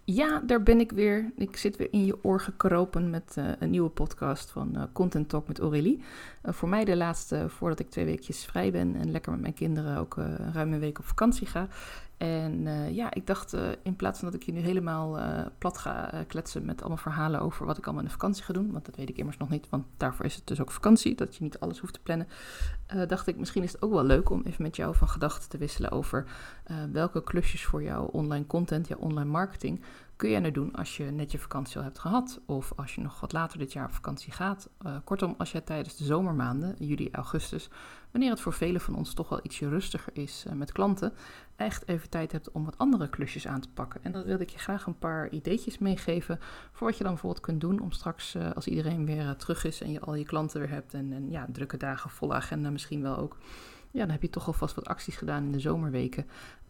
Ja, daar ben ik weer. Ik zit weer in je oor gekropen met een nieuwe podcast van Content Talk met Aurélie. Voor mij de laatste voordat ik 2 weekjes vrij ben en lekker met mijn kinderen ook ruim een week op vakantie ga. En ik dacht in plaats van dat ik je nu helemaal plat ga kletsen met allemaal verhalen over wat ik allemaal in de vakantie ga doen, want dat weet ik immers nog niet, want daarvoor is het dus ook vakantie, dat je niet alles hoeft te plannen, dacht ik misschien is het ook wel leuk om even met jou van gedachten te wisselen over welke klusjes voor jouw online content, jouw online marketing, kun jij nou doen als je net je vakantie al hebt gehad of als je nog wat later dit jaar op vakantie gaat. Kortom, als jij tijdens de zomermaanden, juli, augustus, wanneer het voor velen van ons toch wel ietsje rustiger is met klanten, echt even tijd hebt om wat andere klusjes aan te pakken. En dan wilde ik je graag een paar ideetjes meegeven voor wat je dan bijvoorbeeld kunt doen om straks, als iedereen weer terug is en je al je klanten weer hebt en drukke dagen, volle agenda misschien wel ook. Ja, dan heb je toch alvast wat acties gedaan in de zomerweken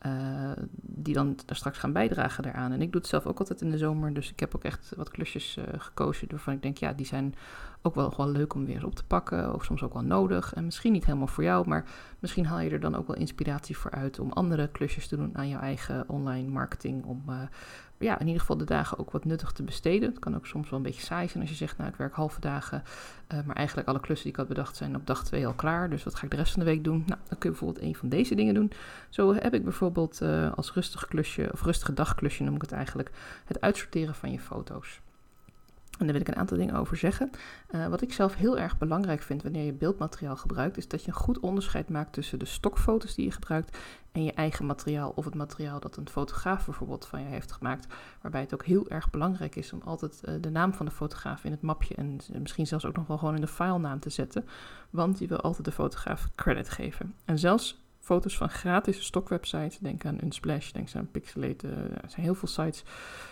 die dan daar straks gaan bijdragen daaraan. En ik doe het zelf ook altijd in de zomer, dus ik heb ook echt wat klusjes gekozen waarvan ik denk, ja, die zijn ook wel leuk om weer eens op te pakken of soms ook wel nodig. En misschien niet helemaal voor jou, maar misschien haal je er dan ook wel inspiratie voor uit om andere klusjes te doen aan jouw eigen online marketing, om in ieder geval de dagen ook wat nuttig te besteden. Het kan ook soms wel een beetje saai zijn als je zegt, nou, ik werk halve dagen, maar eigenlijk alle klussen die ik had bedacht zijn op dag 2 al klaar. Dus wat ga ik de rest van de week doen? Nou, dan kun je bijvoorbeeld een van deze dingen doen. Zo heb ik bijvoorbeeld als rustig klusje, of rustige dagklusje noem ik het eigenlijk, het uitsorteren van je foto's. En daar wil ik een aantal dingen over zeggen. Wat ik zelf heel erg belangrijk vind wanneer je beeldmateriaal gebruikt, is dat je een goed onderscheid maakt tussen de stokfoto's die je gebruikt en je eigen materiaal of het materiaal dat een fotograaf bijvoorbeeld van je heeft gemaakt. Waarbij het ook heel erg belangrijk is om altijd de naam van de fotograaf in het mapje en misschien zelfs ook nog wel gewoon in de filenaam te zetten. Want je wil altijd de fotograaf credit geven. En zelfs foto's van gratis stokwebsites, denk aan Unsplash, denk aan Pixelate, er zijn heel veel sites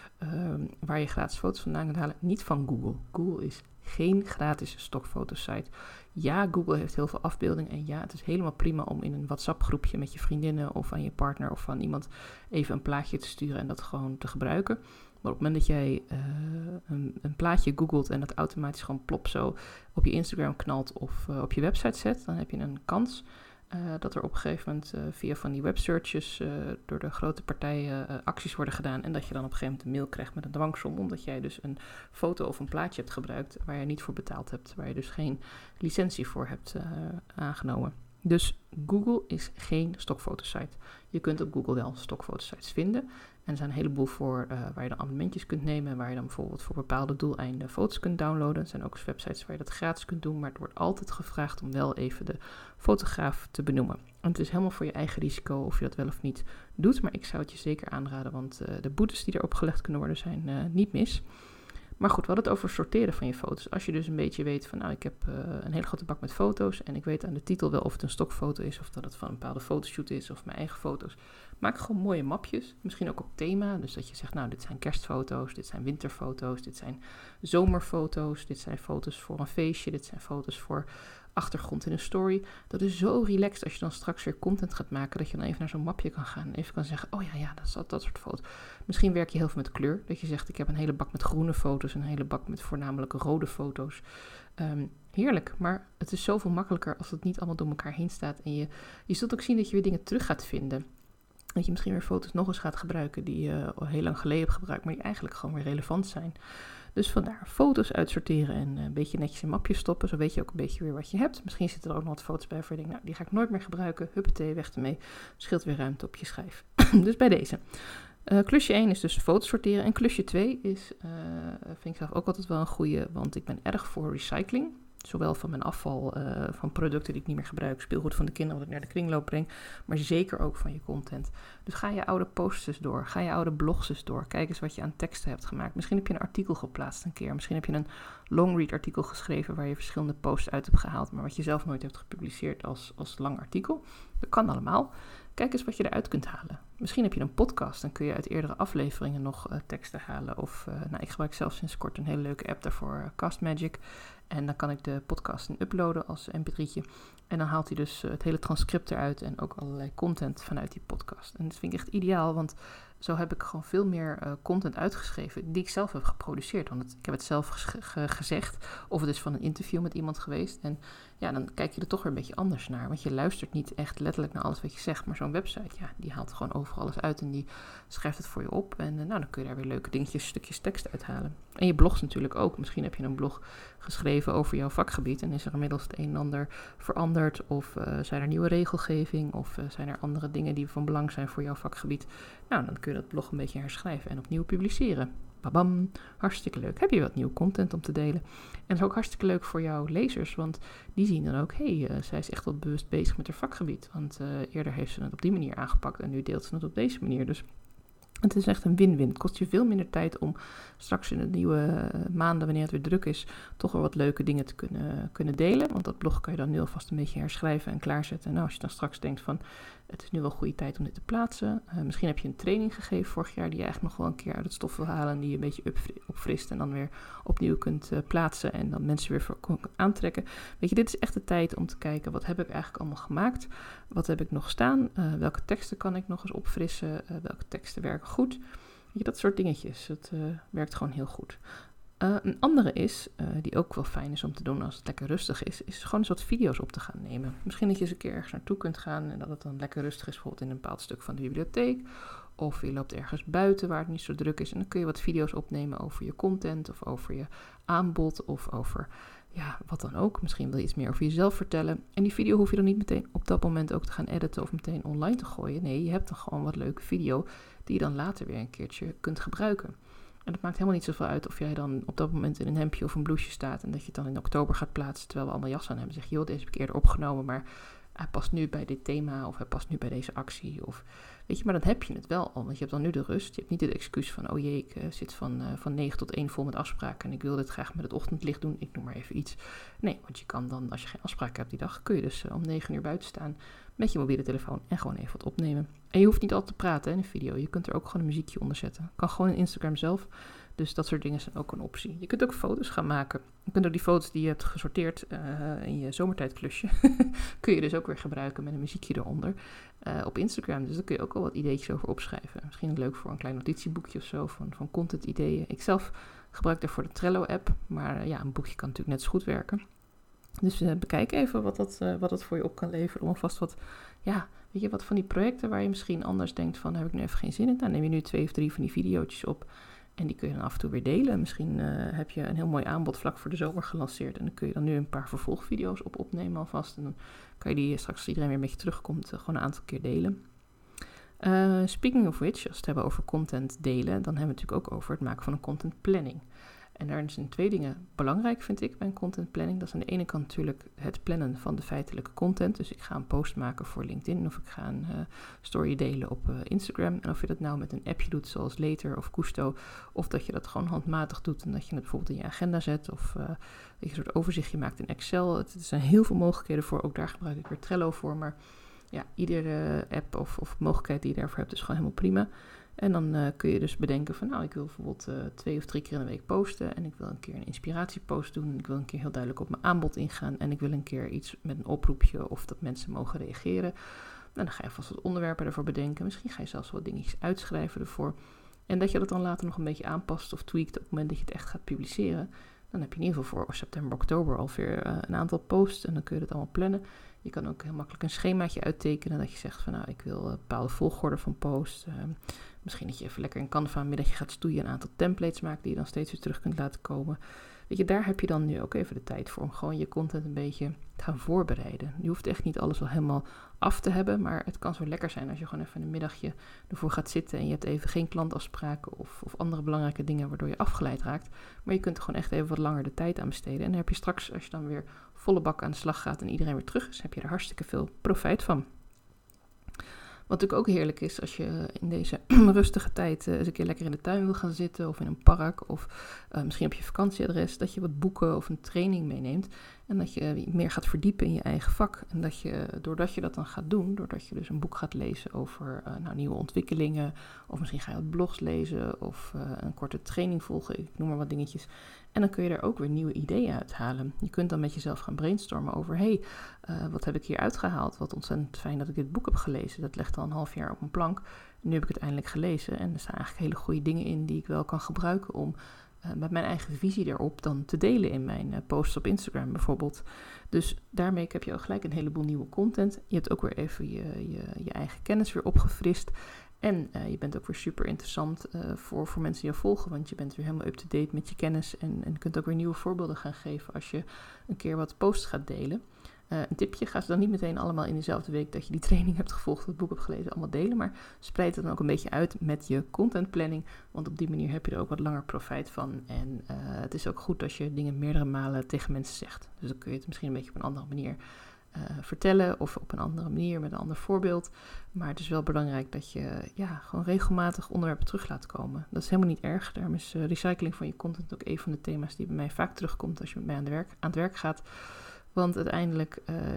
waar je gratis foto's vandaan kunt halen. Niet van Google. Google is geen gratis stokfotosite. Ja, Google heeft heel veel afbeeldingen en ja, het is helemaal prima om in een WhatsApp groepje met je vriendinnen of aan je partner of aan iemand even een plaatje te sturen en dat gewoon te gebruiken. Maar op het moment dat jij een plaatje googelt en dat automatisch gewoon plop zo op je Instagram knalt of op je website zet, dan heb je een kans dat er op een gegeven moment via van die websearches door de grote partijen acties worden gedaan en dat je dan op een gegeven moment een mail krijgt met een dwangsom, omdat jij dus een foto of een plaatje hebt gebruikt waar je niet voor betaald hebt, waar je dus geen licentie voor hebt aangenomen. Dus Google is geen stokfotosite. Je kunt op Google wel stokfotosites vinden. En er zijn een heleboel voor waar je dan abonnementjes kunt nemen en waar je dan bijvoorbeeld voor bepaalde doeleinden foto's kunt downloaden. Er zijn ook websites waar je dat gratis kunt doen, maar het wordt altijd gevraagd om wel even de fotograaf te benoemen. En het is helemaal voor je eigen risico of je dat wel of niet doet, maar ik zou het je zeker aanraden, want de boetes die erop gelegd kunnen worden zijn niet mis. Maar goed, we hadden het over sorteren van je foto's. Als je dus een beetje weet van, nou, ik heb een hele grote bak met foto's en ik weet aan de titel wel of het een stokfoto is of dat het van een bepaalde fotoshoot is of mijn eigen foto's. Maak gewoon mooie mapjes, misschien ook op thema. Dus dat je zegt, nou, dit zijn kerstfoto's, dit zijn winterfoto's, dit zijn zomerfoto's, dit zijn foto's voor een feestje, dit zijn foto's voor achtergrond in een story. Dat is zo relaxed als je dan straks weer content gaat maken, dat je dan even naar zo'n mapje kan gaan en even kan zeggen, oh ja, dat soort foto's. Misschien werk je heel veel met kleur, dat je zegt, ik heb een hele bak met groene foto's, een hele bak met voornamelijk rode foto's. Heerlijk, maar het is zoveel makkelijker als het niet allemaal door elkaar heen staat en je zult ook zien dat je weer dingen terug gaat vinden. Dat je misschien weer foto's nog eens gaat gebruiken die je al heel lang geleden hebt gebruikt, maar die eigenlijk gewoon weer relevant zijn. Dus vandaar foto's uitsorteren en een beetje netjes in mapjes stoppen. Zo weet je ook een beetje weer wat je hebt. Misschien zitten er ook nog wat foto's bij voor je denkt, nou, die ga ik nooit meer gebruiken. Huppatee, weg ermee. Scheelt weer ruimte op je schijf. Dus bij deze. Klusje 1 is dus foto's sorteren. En klusje 2 is, vind ik zelf ook altijd wel een goeie, want ik ben erg voor recycling. Zowel van mijn afval, van producten die ik niet meer gebruik, speelgoed van de kinderen wat ik naar de kringloop breng, maar zeker ook van je content. Dus ga je oude posts eens door, ga je oude blogs eens door, kijk eens wat je aan teksten hebt gemaakt. Misschien heb je een artikel geplaatst een keer, misschien heb je een long-read artikel geschreven waar je verschillende posts uit hebt gehaald, maar wat je zelf nooit hebt gepubliceerd als lang artikel. Dat kan allemaal. Kijk eens wat je eruit kunt halen. Misschien heb je een podcast, dan kun je uit eerdere afleveringen nog teksten halen. Of ik gebruik zelf sinds kort een hele leuke app daarvoor, Castmagic. En dan kan ik de podcast uploaden als mp3'tje. En dan haalt hij dus het hele transcript eruit en ook allerlei content vanuit die podcast. En dat vind ik echt ideaal, want zo heb ik gewoon veel meer content uitgeschreven die ik zelf heb geproduceerd. Want ik heb het zelf gezegd, of het is van een interview met iemand geweest. En ja, dan kijk je er toch weer een beetje anders naar. Want je luistert niet echt letterlijk naar alles wat je zegt. Maar zo'n website, ja, die haalt gewoon overal alles uit en die schrijft het voor je op. En dan kun je daar weer leuke dingetjes, stukjes tekst uithalen. En je blogs natuurlijk ook. Misschien heb je een blog geschreven over jouw vakgebied en is er inmiddels het een en ander veranderd. Of zijn er nieuwe regelgeving of zijn er andere dingen die van belang zijn voor jouw vakgebied. Nou, dan kun je dat blog een beetje herschrijven en opnieuw publiceren. Babam, hartstikke leuk. Heb je wat nieuwe content om te delen? En dat is ook hartstikke leuk voor jouw lezers, want die zien dan ook, zij is echt wel bewust bezig met haar vakgebied. Want eerder heeft ze het op die manier aangepakt en nu deelt ze het op deze manier. Dus het is echt een win-win. Het kost je veel minder tijd om straks in de nieuwe maanden, wanneer het weer druk is, toch wel wat leuke dingen te kunnen delen. Want dat blog kan je dan nu alvast een beetje herschrijven en klaarzetten. En nou, als je dan straks denkt van, het is nu wel een goede tijd om dit te plaatsen. Misschien heb je een training gegeven vorig jaar die je eigenlijk nog wel een keer uit het stof wil halen en die je een beetje opfrist en dan weer opnieuw kunt plaatsen en dan mensen weer aantrekken. Weet je, dit is echt de tijd om te kijken, wat heb ik eigenlijk allemaal gemaakt? Wat heb ik nog staan? Welke teksten kan ik nog eens opfrissen? Welke teksten werken goed? Weet je, dat soort dingetjes. Het werkt gewoon heel goed. Een andere is, die ook wel fijn is om te doen als het lekker rustig is gewoon eens wat video's op te gaan nemen. Misschien dat je eens een keer ergens naartoe kunt gaan en dat het dan lekker rustig is, bijvoorbeeld in een bepaald stuk van de bibliotheek. Of je loopt ergens buiten waar het niet zo druk is en dan kun je wat video's opnemen over je content of over je aanbod of over wat dan ook. Misschien wil je iets meer over jezelf vertellen. En die video hoef je dan niet meteen op dat moment ook te gaan editen of meteen online te gooien. Nee, je hebt dan gewoon wat leuke video die je dan later weer een keertje kunt gebruiken. En het maakt helemaal niet zoveel uit of jij dan op dat moment in een hemdje of een blouseje staat en dat je het dan in oktober gaat plaatsen terwijl we allemaal jas aan hebben. Zeg je, deze heb ik eerder opgenomen, maar hij past nu bij dit thema of hij past nu bij deze actie. Of, weet je, maar dan heb je het wel al, want je hebt dan nu de rust. Je hebt niet het excuus van, ik zit van 9 tot 1 vol met afspraken en ik wil dit graag met het ochtendlicht doen. Ik noem maar even iets. Nee, want je kan dan, als je geen afspraken hebt die dag, kun je dus om 9 uur buiten staan met je mobiele telefoon en gewoon even wat opnemen. En je hoeft niet altijd te praten in een video. Je kunt er ook gewoon een muziekje onder zetten. Kan gewoon in Instagram zelf. Dus dat soort dingen zijn ook een optie. Je kunt ook foto's gaan maken. Je kunt ook die foto's die je hebt gesorteerd in je zomertijdklusje, kun je dus ook weer gebruiken met een muziekje eronder op Instagram. Dus daar kun je ook al wat ideetjes over opschrijven. Misschien leuk voor een klein notitieboekje of zo van content ideeën. Ik zelf gebruik daarvoor de Trello-app, maar een boekje kan natuurlijk net zo goed werken. Dus bekijk even wat dat voor je op kan leveren om alvast wat van die projecten waar je misschien anders denkt van, heb ik nu even geen zin in. Dan neem je nu 2 of 3 van die video's op en die kun je dan af en toe weer delen. Misschien heb je een heel mooi aanbod vlak voor de zomer gelanceerd en dan kun je dan nu een paar vervolgvideo's op opnemen alvast. En dan kan je die straks als iedereen weer een beetje terugkomt gewoon een aantal keer delen. Speaking of which, als we het hebben over content delen, dan hebben we het natuurlijk ook over het maken van een content planning. En daar zijn 2 dingen belangrijk, vind ik, bij een content planning. Dat is aan de ene kant natuurlijk het plannen van de feitelijke content. Dus ik ga een post maken voor LinkedIn of ik ga een story delen op Instagram. En of je dat nou met een appje doet zoals Later of Kusto, of dat je dat gewoon handmatig doet en dat je het bijvoorbeeld in je agenda zet of dat je een soort overzichtje maakt in Excel. Er zijn heel veel mogelijkheden voor, ook daar gebruik ik weer Trello voor. Maar iedere app of mogelijkheid die je daarvoor hebt is gewoon helemaal prima. En dan kun je dus bedenken van, ik wil bijvoorbeeld 2 of 3 keer in de week posten. En ik wil een keer een inspiratiepost doen. Ik wil een keer heel duidelijk op mijn aanbod ingaan. En ik wil een keer iets met een oproepje of dat mensen mogen reageren. En dan ga je vast wat onderwerpen ervoor bedenken. Misschien ga je zelfs wat dingetjes uitschrijven ervoor. En dat je dat dan later nog een beetje aanpast of tweakt op het moment dat je het echt gaat publiceren. Dan heb je in ieder geval voor september, oktober alweer een aantal posts. En dan kun je dat allemaal plannen. Je kan ook heel makkelijk een schemaatje uittekenen. Dat je zegt van, ik wil een bepaalde volgorde van posts. Misschien dat je even lekker in Canva een middagje gaat stoeien, een aantal templates maakt die je dan steeds weer terug kunt laten komen. Weet je, daar heb je dan nu ook even de tijd voor om gewoon je content een beetje te gaan voorbereiden. Je hoeft echt niet alles wel helemaal af te hebben, maar het kan zo lekker zijn als je gewoon even een middagje ervoor gaat zitten en je hebt even geen klantafspraken of andere belangrijke dingen waardoor je afgeleid raakt. Maar je kunt er gewoon echt even wat langer de tijd aan besteden. En dan heb je straks, als je dan weer volle bak aan de slag gaat en iedereen weer terug is, heb je er hartstikke veel profijt van. Wat natuurlijk ook heerlijk is als je in deze rustige tijd eens een keer lekker in de tuin wil gaan zitten of in een park of misschien op je vakantieadres, dat je wat boeken of een training meeneemt en dat je meer gaat verdiepen in je eigen vak. En dat je, doordat je dat dan gaat doen, doordat je dus een boek gaat lezen over nieuwe ontwikkelingen of misschien ga je wat blogs lezen of een korte training volgen, ik noem maar wat dingetjes. En dan kun je er ook weer nieuwe ideeën uithalen. Je kunt dan met jezelf gaan brainstormen over, wat heb ik hier uitgehaald? Wat ontzettend fijn dat ik dit boek heb gelezen. Dat ligt al een half jaar op mijn plank. Nu heb ik het eindelijk gelezen. En er staan eigenlijk hele goede dingen in die ik wel kan gebruiken om met mijn eigen visie erop dan te delen in mijn posts op Instagram bijvoorbeeld. Dus daarmee heb je al gelijk een heleboel nieuwe content. Je hebt ook weer even je eigen kennis weer opgefrist. En je bent ook weer super interessant voor mensen die je volgen, want je bent weer helemaal up-to-date met je kennis en kunt ook weer nieuwe voorbeelden gaan geven als je een keer wat posts gaat delen. Een tipje, ga ze dan niet meteen allemaal in dezelfde week dat je die training hebt gevolgd, het boek hebt gelezen, allemaal delen, maar spreid het dan ook een beetje uit met je contentplanning, want op die manier heb je er ook wat langer profijt van. En het is ook goed als je dingen meerdere malen tegen mensen zegt. Dus dan kun je het misschien een beetje op een andere manier vertellen of op een andere manier met een ander voorbeeld. Maar het is wel belangrijk dat je gewoon regelmatig onderwerpen terug laat komen. Dat is helemaal niet erg. Daarom is recycling van je content ook een van de thema's die bij mij vaak terugkomt als je met mij aan het werk gaat. Want uiteindelijk,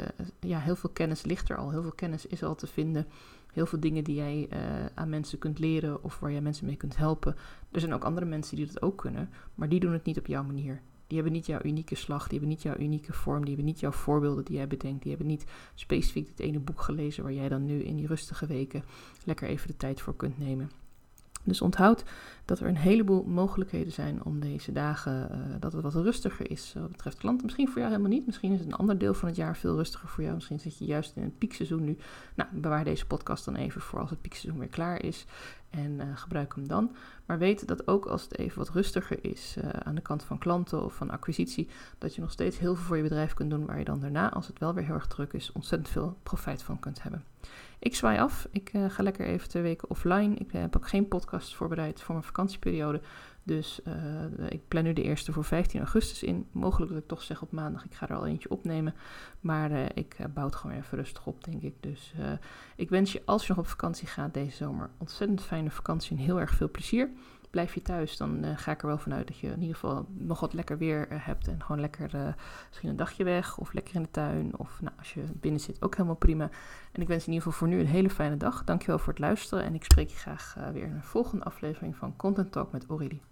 heel veel kennis ligt er al. Heel veel kennis is al te vinden. Heel veel dingen die jij aan mensen kunt leren of waar jij mensen mee kunt helpen. Er zijn ook andere mensen die dat ook kunnen, maar die doen het niet op jouw manier. Die hebben niet jouw unieke slag, die hebben niet jouw unieke vorm, die hebben niet jouw voorbeelden die jij bedenkt. Die hebben niet specifiek het ene boek gelezen waar jij dan nu in die rustige weken lekker even de tijd voor kunt nemen. Dus onthoud dat er een heleboel mogelijkheden zijn om deze dagen, dat het wat rustiger is wat betreft klanten. Misschien voor jou helemaal niet. Misschien is het een ander deel van het jaar veel rustiger voor jou. Misschien zit je juist in een piekseizoen nu. Nou, bewaar deze podcast dan even voor als het piekseizoen weer klaar is. En gebruik hem dan. Maar weet dat ook als het even wat rustiger is aan de kant van klanten of van acquisitie, dat je nog steeds heel veel voor je bedrijf kunt doen waar je dan daarna, als het wel weer heel erg druk is, ontzettend veel profijt van kunt hebben. Ik zwaai af. Ik ga lekker even 2 weken offline. Ik heb ook geen podcast voorbereid voor mijn vakantieperiode. Dus ik plan nu de eerste voor 15 augustus in. Mogelijk dat ik toch zeg op maandag, ik ga er al eentje opnemen. Maar ik bouw het gewoon even rustig op, denk ik. Dus ik wens je, als je nog op vakantie gaat deze zomer, ontzettend fijne vakantie en heel erg veel plezier. Blijf je thuis, dan ga ik er wel vanuit dat je in ieder geval nog wat lekker weer hebt. En gewoon lekker misschien een dagje weg of lekker in de tuin. Of als je binnen zit, ook helemaal prima. En ik wens in ieder geval voor nu een hele fijne dag. Dankjewel voor het luisteren. En ik spreek je graag weer in een volgende aflevering van Content Talk met Aurélie.